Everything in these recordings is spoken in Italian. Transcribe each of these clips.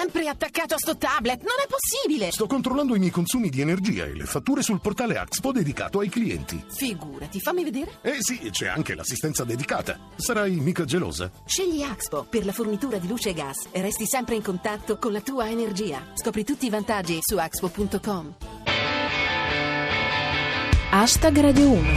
sempre attaccato a sto tablet, non è possibile! Sto controllando i miei consumi di energia e le fatture sul portale Axpo dedicato ai clienti. Figurati, fammi vedere. Sì, c'è anche l'assistenza dedicata. Sarai mica gelosa? Scegli Axpo per la fornitura di luce e gas e resti sempre in contatto con la tua energia. Scopri tutti i vantaggi su Axpo.com. #Radio 1.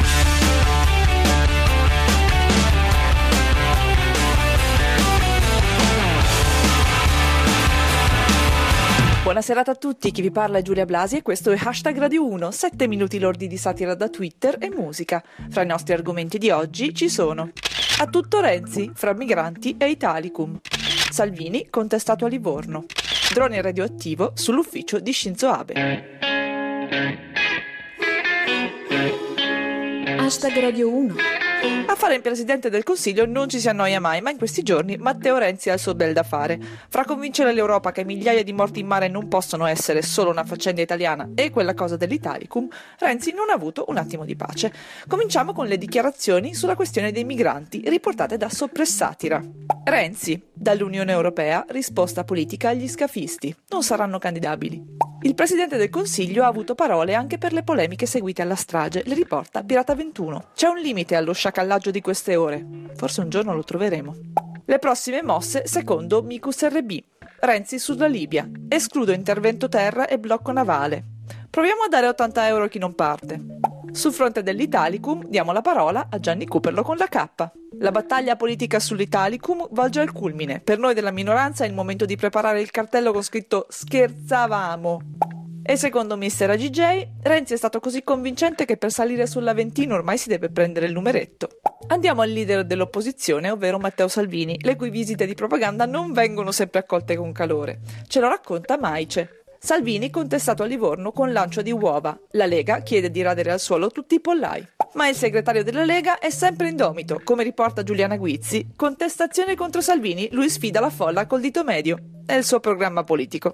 Buona serata a tutti, chi vi parla è Giulia Blasi e questo è #Radio 1, 7 minuti lordi di satira da Twitter e musica. Fra i nostri argomenti di oggi ci sono: a tutto Renzi, fra migranti e Italicum; Salvini contestato a Livorno; drone radioattivo sull'ufficio di Shinzo Abe. #Radio 1. A fare il Presidente del Consiglio non ci si annoia mai, ma in questi giorni Matteo Renzi ha il suo bel da fare. Fra convincere l'Europa che migliaia di morti in mare non possono essere solo una faccenda italiana e quella cosa dell'Italicum, Renzi non ha avuto un attimo di pace. Cominciamo con le dichiarazioni sulla questione dei migranti, riportate da Soppressatira. Renzi, dall'Unione Europea, risposta politica agli scafisti. Non saranno candidabili. Il Presidente del Consiglio ha avuto parole anche per le polemiche seguite alla strage, le riporta Pirata 21. C'è un limite allo sciacallaggio di queste ore. Forse un giorno lo troveremo. Le prossime mosse secondo Micus RB. Renzi sulla Libia. Escludo intervento terra e blocco navale. Proviamo a dare 80 euro a chi non parte. Sul fronte dell'Italicum diamo la parola a Gianni Cooperlo con la K. La battaglia politica sull'Italicum volge al culmine. Per noi della minoranza è il momento di preparare il cartello con scritto "Scherzavamo". E secondo Mister AGJ, Renzi è stato così convincente che per salire sull'Aventino ormai si deve prendere il numeretto. Andiamo al leader dell'opposizione, ovvero Matteo Salvini, le cui visite di propaganda non vengono sempre accolte con calore. Ce lo racconta Maice. Salvini contestato a Livorno con lancio di uova. La Lega chiede di radere al suolo tutti i pollai. Ma il segretario della Lega è sempre indomito, come riporta Giuliana Guizzi. Contestazione contro Salvini, lui sfida la folla col dito medio. È il suo programma politico.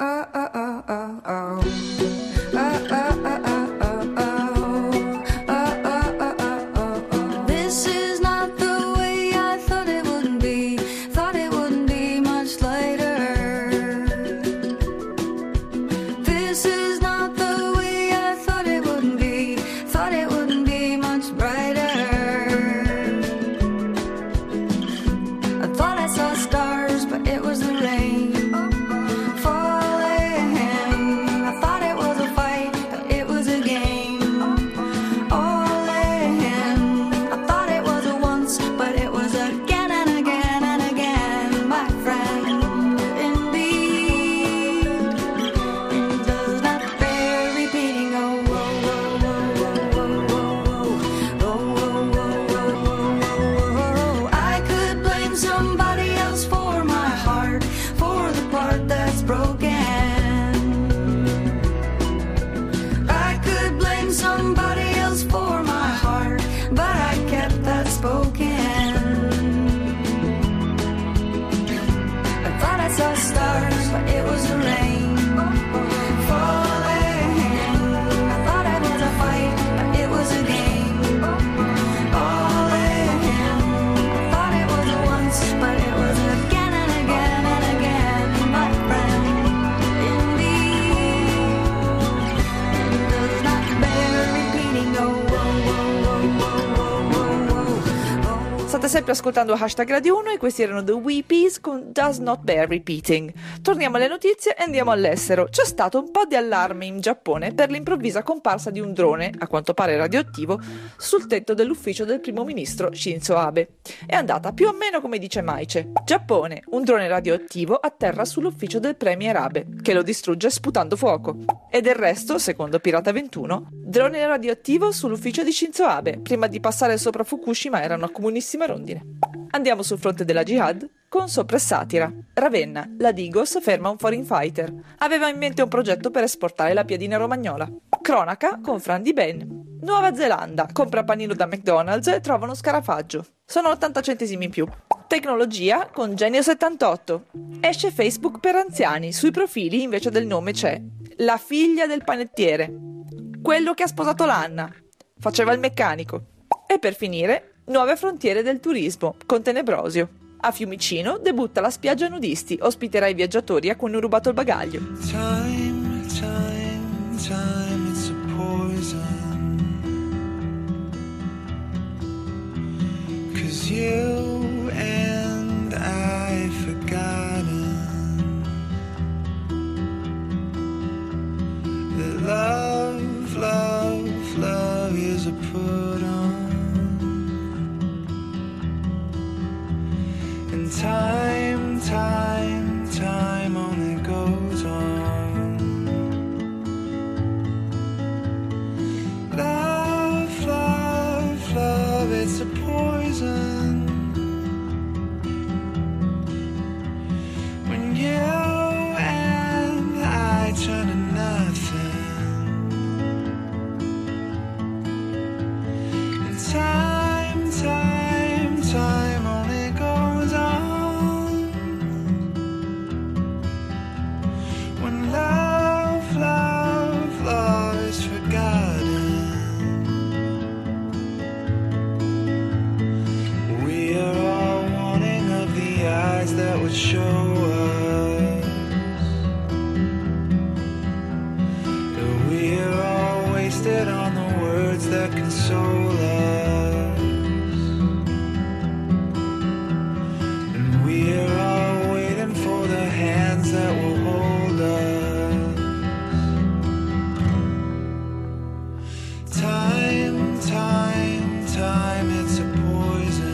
State sempre ascoltando #Radio 1 e questi erano The Weepies con Does Not Bear Repeating. Torniamo alle notizie e andiamo all'estero. C'è stato un po' di allarme in Giappone per l'improvvisa comparsa di un drone, a quanto pare radioattivo, sul tetto dell'ufficio del primo ministro Shinzo Abe. È andata più o meno come dice Maice. Giappone, un drone radioattivo atterra sull'ufficio del premier Abe, che lo distrugge sputando fuoco. E del resto, secondo Pirata 21, drone radioattivo sull'ufficio di Shinzo Abe. Prima di passare sopra Fukushima erano a comunissima rondine. Andiamo sul fronte della jihad con Soppressatira. Ravenna, la Digos ferma un foreign fighter. Aveva in mente un progetto per esportare la piadina romagnola. Cronaca con Fran Di Ben. Nuova Zelanda, compra panino da McDonald's e trova uno scarafaggio. Sono 80 centesimi in più. Tecnologia con Genio78. Esce Facebook per anziani, sui profili invece del nome c'è la figlia del panettiere, quello che ha sposato l'Anna, faceva il meccanico. E per finire, nuove frontiere del turismo con Tenebrosio. A Fiumicino debutta la spiaggia nudisti, ospiterà i viaggiatori a cui hanno rubato il bagaglio. Time, time, time, it's a poison. 'Cause you and I forgotten that love, love, love is a put on. And time, time, time only goes on. Love, love, love, it's a poison. When you and I turn to nothing. And time, time, time only goes on. When love, love, love is forgotten. We are all wanting of the eyes that would show us that we are all wasted on the words that console us. And we are all waiting for the hands that will hold us. Time, time, time, it's a poison.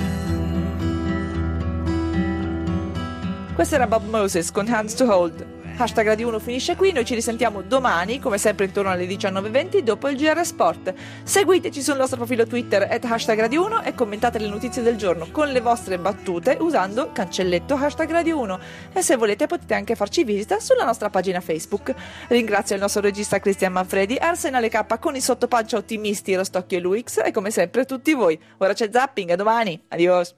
Questo era Bob Moses con Hands to Hold. Hashtag Radio 1 finisce qui, noi ci risentiamo domani, come sempre intorno alle 19:20 dopo il GR Sport. Seguiteci sul nostro profilo Twitter #hashtag Radio 1 e commentate le notizie del giorno con le vostre battute usando cancelletto hashtag Radio 1. E se volete potete anche farci visita sulla nostra pagina Facebook. Ringrazio il nostro regista Cristian Manfredi, Arsenale K con i sottopancia ottimisti Rostocchio e Luix e come sempre tutti voi. Ora c'è Zapping, a domani, adios!